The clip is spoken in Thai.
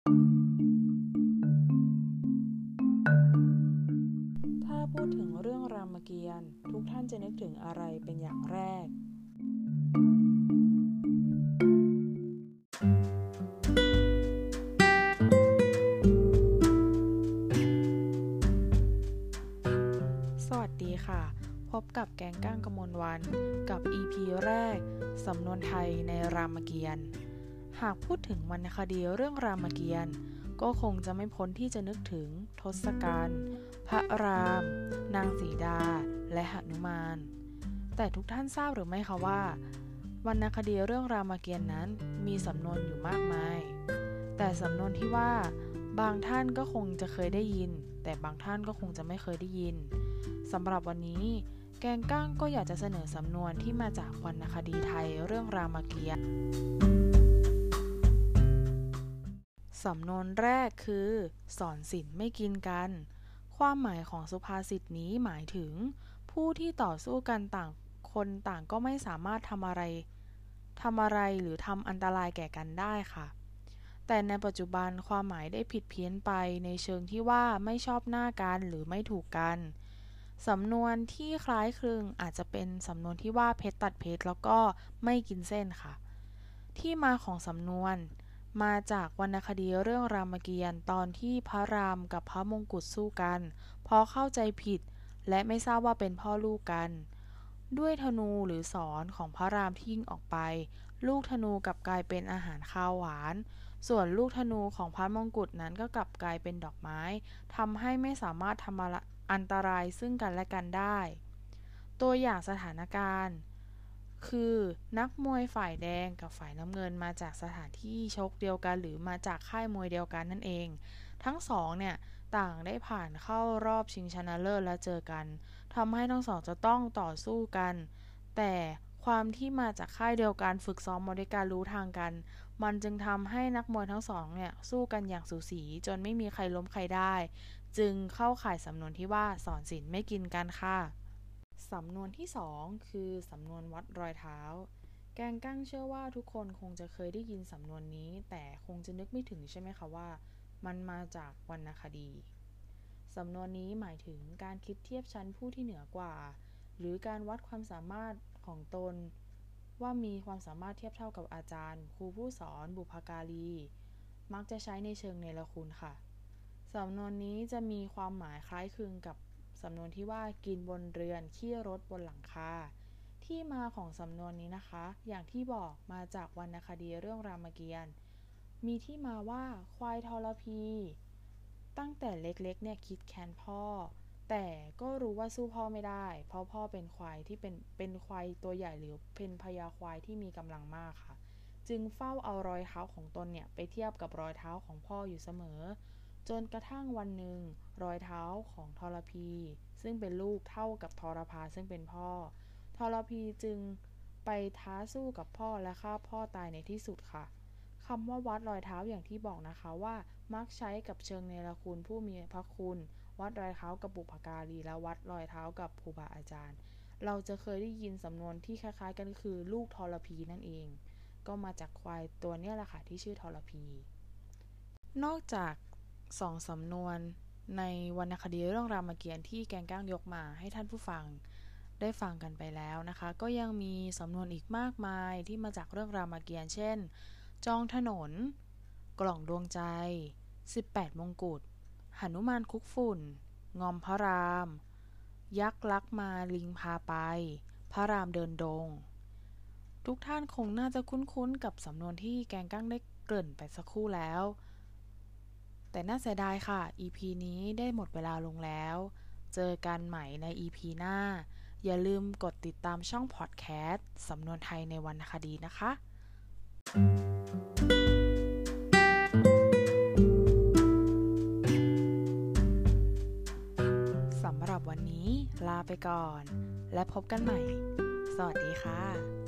ถ้าพูดถึงเรื่องรามเกียรติ์ทุกท่านจะนึกถึงอะไรเป็นอย่างแรกสวัสดีค่ะพบกับแกงก้างกมลวันกับ EP แรกสำนวนไทยในรามเกียรติ์หากพูดถึงวรรณคดีเรื่องรามเกียรติ์ก็คงจะไม่พ้นที่จะนึกถึงทศกัณฐ์พระรามนางสีดาและหนุมานแต่ทุกท่านทราบหรือไม่คะว่าวรรณคดีเรื่องรามเกียรติ์นั้นมีสำนวนอยู่มากมายแต่สำนวนที่ว่าบางท่านก็คงจะเคยได้ยินแต่บางท่านก็คงจะไม่เคยได้ยินสำหรับวันนี้แกงก้างก็อยากจะเสนอสำนวนที่มาจากวรรณคดีไทยเรื่องรามเกียรติ์สำนวนแรกคือสอนศีลไม่กินกันความหมายของสุภาษิตนี้หมายถึงผู้ที่ต่อสู้กันต่างคนต่างก็ไม่สามารถทำอะไรหรือทำอันตรายแก่กันได้ค่ะแต่ในปัจจุบันความหมายได้ผิดเพี้ยนไปในเชิงที่ว่าไม่ชอบหน้ากันหรือไม่ถูกกันสำนวนที่คล้ายคลึงอาจจะเป็นสำนวนที่ว่าเพชรตัดเพชรแล้วก็ไม่กินเส้นค่ะที่มาของสำนวนมาจากวรรณคดีเรื่องรามเกียรติ์ตอนที่พระรามกับพระมงกุฎสู้กันเพราะเข้าใจผิดและไม่ทราบว่าเป็นพ่อลูกกันด้วยธนูหรือศรของพระรามที่ยิงออกไปลูกธนูกลับกลายเป็นอาหารคาวหวานส่วนลูกธนูของพระมงกุฎนั้นก็กลับกลายเป็นดอกไม้ทำให้ไม่สามารถทำอันตรายซึ่งกันและกันได้ตัวอย่างสถานการณ์คือนักมวยฝ่ายแดงกับฝ่ายน้ำเงินมาจากสถานที่ชกเดียวกันหรือมาจากค่ายมวยเดียวกันนั่นเองทั้งสองเนี่ยต่างได้ผ่านเข้ารอบชิงชนะเลิศและเจอกันทำให้ทั้งสองจะต้องต่อสู้กันแต่ความที่มาจากค่ายเดียวกันฝึกซ้อมมาด้วยกันรู้ทางกันมันจึงทำให้นักมวยทั้งสองเนี่ยสู้กันอย่างสูสีจนไม่มีใครล้มใครได้จึงเข้าข่ายสำนวนที่ว่าสอนศีลไม่กินกันค่ะสำนวนที่สองคือสำนวนวัดรอยเท้าแกงกั้งเชื่อว่าทุกคนคงจะเคยได้ยินสำนวนนี้แต่คงจะนึกไม่ถึงใช่ไหมคะว่ามันมาจากวรรณคดีสำนวนนี้หมายถึงการคิดเทียบชั้นผู้ที่เหนือกว่าหรือการวัดความสามารถของตนว่ามีความสามารถเทียบเท่ากับอาจารย์ครูผู้สอนบุพการีมักจะใช้ในเชิงเนรคุณค่ะสำนวนนี้จะมีความหมายคล้ายคลึงกับสำนวนที่ว่ากินบนเรือนขี้รถบนหลังคาที่มาของสำนวนนี้นะคะอย่างที่บอกมาจากวรรณคดีเรื่องรามเกียรติ์มีที่มาว่าควายทรพีตั้งแต่เล็กๆเนี่ยคิดแค้นพ่อแต่ก็รู้ว่าสู้พ่อไม่ได้เพราะพ่อเป็นควายที่เป็นควายตัวใหญ่หรือเป็นพญาควายที่มีกำลังมากค่ะจึงเฝ้าเอารอยเท้าของตนเนี่ยไปเทียบกับรอยเท้าของพ่ออยู่เสมอจนกระทั่งวันหนึ่งรอยเท้าของทรพีซึ่งเป็นลูกเท่ากับทรพาซึ่งเป็นพ่อทรพีจึงไปท้าสู้กับพ่อและฆ่าพ่อตายในที่สุดค่ะคำว่าวัดรอยเท้าอย่างที่บอกนะคะว่ามักใช้กับเชิงเนรคุณผู้มีพระคุณวัดรอยเท้ากับบุพการีและวัดรอยเท้ากับครูบาอาจารย์เราจะเคยได้ยินสำนวนที่คล้ายๆกันคือลูกทรพีนั่นเองก็มาจากควายตัวนี้แหละค่ะที่ชื่อทรพีนอกจากสองสำนวนในวรรณคดีเรื่องรามเกียรติ์ที่แกงก้างยกมาให้ท่านผู้ฟังได้ฟังกันไปแล้วนะคะก็ยังมีสำนวนอีกมากมายที่มาจากเรื่องรามเกียรติ์เช่นจองถนนกล่องดวงใจ18มงกุฎหนุมานคุกฝุ่นงอมพระรามยักษ์ลักมาลิงพาไปพระรามเดินดงทุกท่านคงน่าจะคุ้นๆกับสำนวนที่แกงก้างได้เกริ่นไปสักครู่แล้วแต่น่าเสียดายค่ะ EP นี้ได้หมดเวลาลงแล้วเจอกันใหม่ใน EP หน้าอย่าลืมกดติดตามช่องพอดแคสต์สำนวนไทยในวรรณคดีนะคะสำหรับวันนี้ลาไปก่อนและพบกันใหม่สวัสดีค่ะ